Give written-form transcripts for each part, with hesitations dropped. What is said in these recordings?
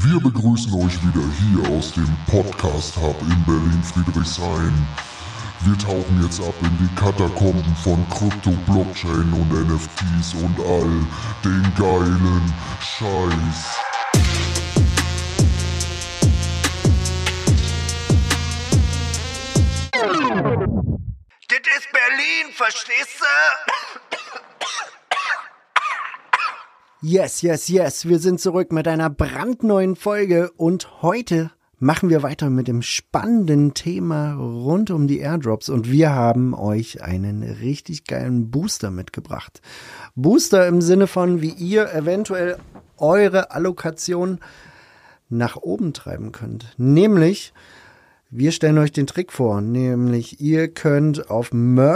Wir begrüßen euch wieder hier aus dem Podcast Hub in Berlin-Friedrichshain. Wir tauchen jetzt ab in die Katakomben von Krypto, Blockchain und NFTs und all den geilen Scheiß. Das ist Berlin, verstehst du? Yes, wir sind zurück mit einer brandneuen Folge und heute machen wir weiter mit dem spannenden Thema rund um die Airdrops und wir haben euch einen richtig geilen Booster mitgebracht. Booster im Sinne von, wie ihr eventuell eure Allokation nach oben treiben könnt. Nämlich, wir stellen euch den Trick vor, nämlich ihr könnt auf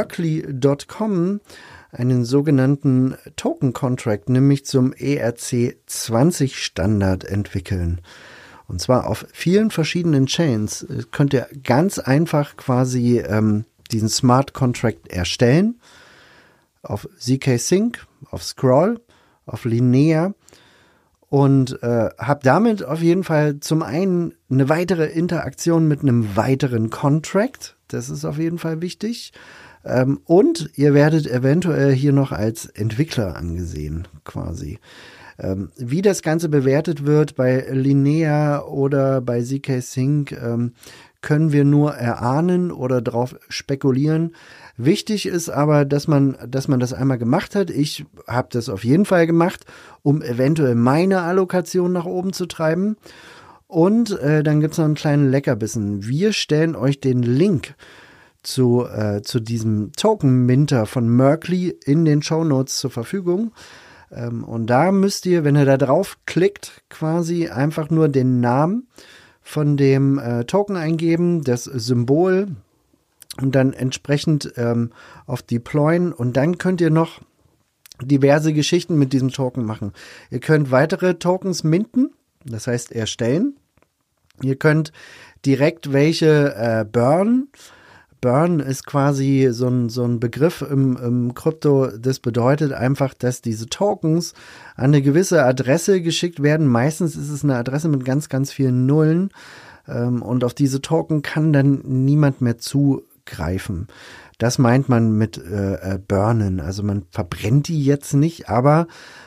Merkly.com einen sogenannten Token-Contract, nämlich zum ERC20 Standard entwickeln. Und zwar auf vielen verschiedenen Chains. Könnt ihr ganz einfach quasi diesen Smart Contract erstellen. Auf zk-Sync, auf Scroll, auf Linea. Und habt damit auf jeden Fall zum einen eine weitere Interaktion mit einem weiteren Contract. Das ist auf jeden Fall wichtig. Und ihr werdet eventuell hier noch als Entwickler angesehen, quasi. Wie das Ganze bewertet wird bei Linea oder bei zk-Sync, können wir nur erahnen oder darauf spekulieren. Wichtig ist aber, dass man das einmal gemacht hat. Ich habe das auf jeden Fall gemacht, um eventuell meine Allokation nach oben zu treiben. Und dann gibt's noch einen kleinen Leckerbissen. Wir stellen euch den Link zu diesem Token-Minter von Merkly in den Shownotes zur Verfügung. Und da müsst ihr, wenn ihr da drauf klickt, quasi einfach nur den Namen von dem Token eingeben, das Symbol und dann entsprechend auf Deployen und dann könnt ihr noch diverse Geschichten mit diesem Token machen. Ihr könnt weitere Tokens minten, das heißt erstellen. Ihr könnt direkt welche burnen. Burn ist quasi so ein Begriff im Krypto. Das bedeutet einfach, dass diese Tokens an eine gewisse Adresse geschickt werden. Meistens ist es eine Adresse mit ganz, ganz vielen Nullen. Und auf diese Token kann dann niemand mehr zugreifen. Das meint man mit Burnen. Also man verbrennt die jetzt nicht, aber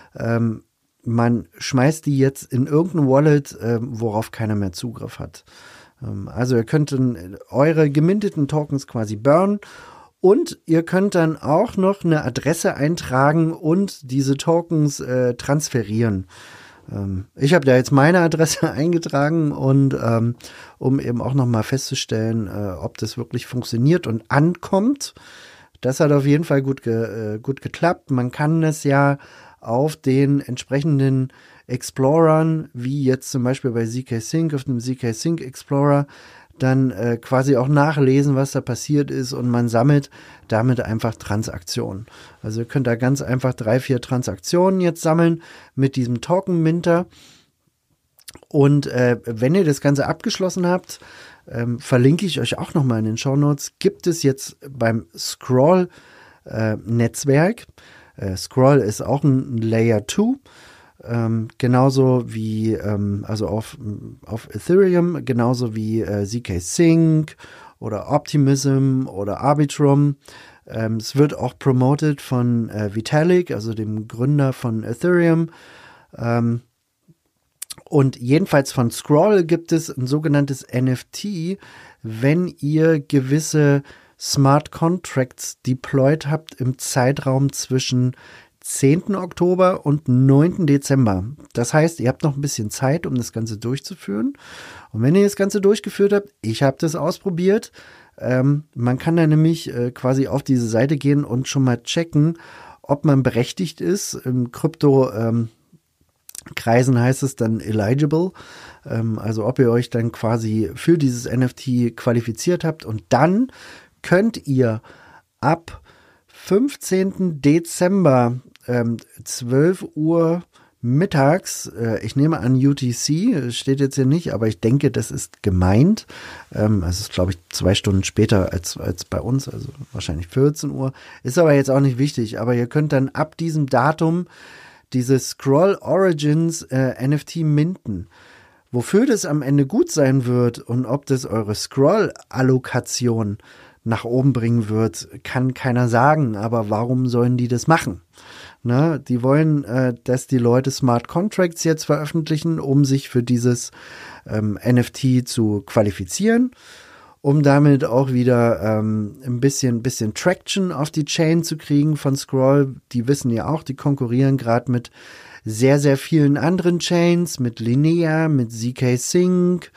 man schmeißt die jetzt in irgendein Wallet, worauf keiner mehr Zugriff hat. Also ihr könnt eure geminteten Tokens quasi burnen und ihr könnt dann auch noch eine Adresse eintragen und diese Tokens transferieren. Ich habe da jetzt meine Adresse eingetragen und um eben auch nochmal festzustellen, ob das wirklich funktioniert und ankommt. Das hat auf jeden Fall gut geklappt. Man kann es ja auf den entsprechenden Explorern, wie jetzt zum Beispiel bei zk-Sync, auf dem zk-Sync Explorer, dann quasi auch nachlesen, was da passiert ist und man sammelt damit einfach Transaktionen. Also ihr könnt da ganz einfach 3-4 Transaktionen jetzt sammeln mit diesem Token Minter und wenn ihr das Ganze abgeschlossen habt, verlinke ich euch auch nochmal in den Shownotes, gibt es jetzt beim Scroll Netzwerk, Scroll ist auch ein Layer 2, genauso wie, also auf Ethereum, genauso wie zk-Sync oder Optimism oder Arbitrum. Es wird auch promoted von Vitalik, also dem Gründer von Ethereum. Und jedenfalls von Scroll gibt es ein sogenanntes NFT, wenn ihr gewisse Smart Contracts deployed habt im Zeitraum zwischen 10. Oktober und 9. Dezember. Das heißt, ihr habt noch ein bisschen Zeit, um das Ganze durchzuführen. Und wenn ihr das Ganze durchgeführt habt, ich habe das ausprobiert, man kann da nämlich quasi auf diese Seite gehen und schon mal checken, ob man berechtigt ist. Im Krypto Kreisen heißt es dann eligible, also ob ihr euch dann quasi für dieses NFT qualifiziert habt und dann könnt ihr ab 15. Dezember 12 Uhr mittags, ich nehme an UTC, steht jetzt hier nicht, aber ich denke, das ist gemeint. Es ist, glaube ich, 2 Stunden später als bei uns, also wahrscheinlich 14 Uhr. Ist aber jetzt auch nicht wichtig, aber ihr könnt dann ab diesem Datum diese Scroll Origins NFT minten. Wofür das am Ende gut sein wird und ob das eure Scroll-Allokation nach oben bringen wird, kann keiner sagen. Aber warum sollen die das machen? Ne? Die wollen, dass die Leute Smart Contracts jetzt veröffentlichen, um sich für dieses NFT zu qualifizieren, um damit auch wieder ein bisschen Traction auf die Chain zu kriegen von Scroll. Die wissen ja auch, die konkurrieren gerade mit sehr, sehr vielen anderen Chains, mit Linea, mit ZK Sync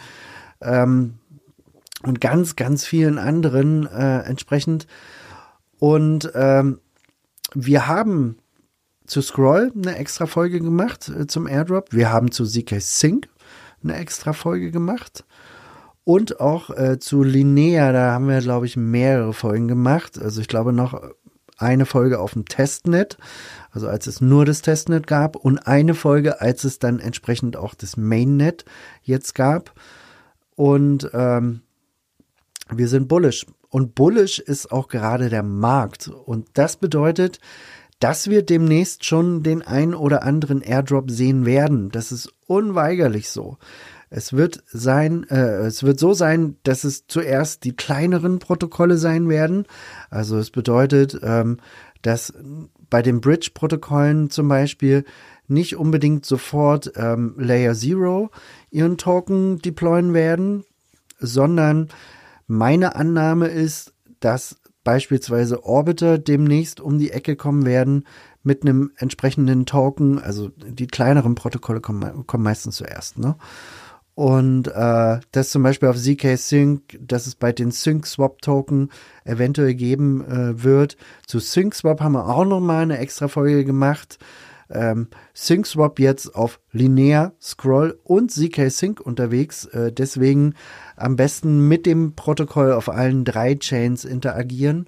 und ganz, ganz vielen anderen entsprechend. Und wir haben zu Scroll eine extra Folge gemacht zum Airdrop. Wir haben zu ZK Sync eine extra Folge gemacht. Und auch zu Linea, da haben wir, glaube ich, mehrere Folgen gemacht. Also ich glaube noch eine Folge auf dem Testnet, also als es nur das Testnet gab, und eine Folge, als es dann entsprechend auch das Mainnet jetzt gab. Und wir sind bullish. Und bullish ist auch gerade der Markt. Und das bedeutet, dass wir demnächst schon den ein oder anderen Airdrop sehen werden. Das ist unweigerlich so. Es wird so sein, dass es zuerst die kleineren Protokolle sein werden. Also es bedeutet, dass bei den Bridge-Protokollen zum Beispiel nicht unbedingt sofort Layer 0 ihren Token deployen werden, sondern meine Annahme ist, dass beispielsweise Orbiter demnächst um die Ecke kommen werden mit einem entsprechenden Token. Also die kleineren Protokolle kommen meistens zuerst, ne? Und das zum Beispiel auf ZK Sync, dass es bei den Sync-Swap-Token eventuell geben wird. Zu Sync-Swap haben wir auch nochmal eine extra Folge gemacht. Sync-Swap jetzt auf Linea, Scroll und ZK Sync unterwegs. Deswegen am besten mit dem Protokoll auf allen 3 Chains interagieren.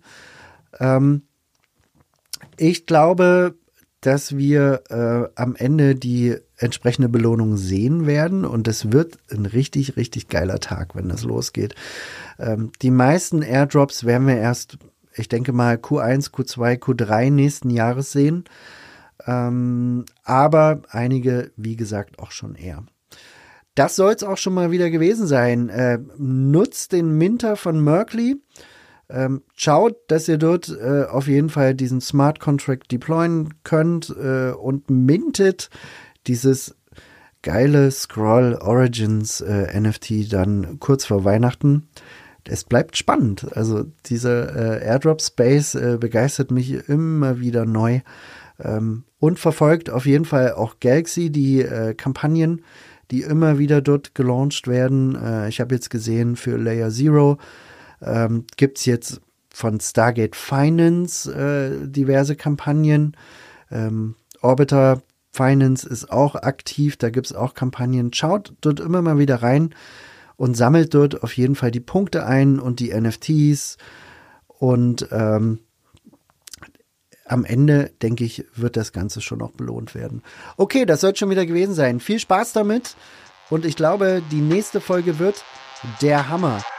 Ich glaube, dass wir am Ende die entsprechende Belohnung sehen werden, und es wird ein richtig, richtig geiler Tag, wenn das losgeht. Die meisten Airdrops werden wir erst, ich denke mal, Q1, Q2, Q3 nächsten Jahres sehen. Aber einige, wie gesagt, auch schon eher. Das soll es auch schon mal wieder gewesen sein. Nutzt den Minter von Merkle. Schaut, dass ihr dort auf jeden Fall diesen Smart Contract deployen könnt und mintet dieses geile Scroll Origins NFT dann kurz vor Weihnachten. Es bleibt spannend. Also dieser Airdrop Space begeistert mich immer wieder neu. Und verfolgt auf jeden Fall auch Galaxy, die Kampagnen, die immer wieder dort gelauncht werden. Ich habe jetzt gesehen, für Layer 0 gibt's jetzt von Stargate Finance diverse Kampagnen. Orbiter Finance ist auch aktiv, da gibt's auch Kampagnen. Schaut dort immer mal wieder rein und sammelt dort auf jeden Fall die Punkte ein und die NFTs. Und am Ende, denke ich, wird das Ganze schon noch belohnt werden. Okay, das soll schon wieder gewesen sein. Viel Spaß damit. Und ich glaube, die nächste Folge wird der Hammer.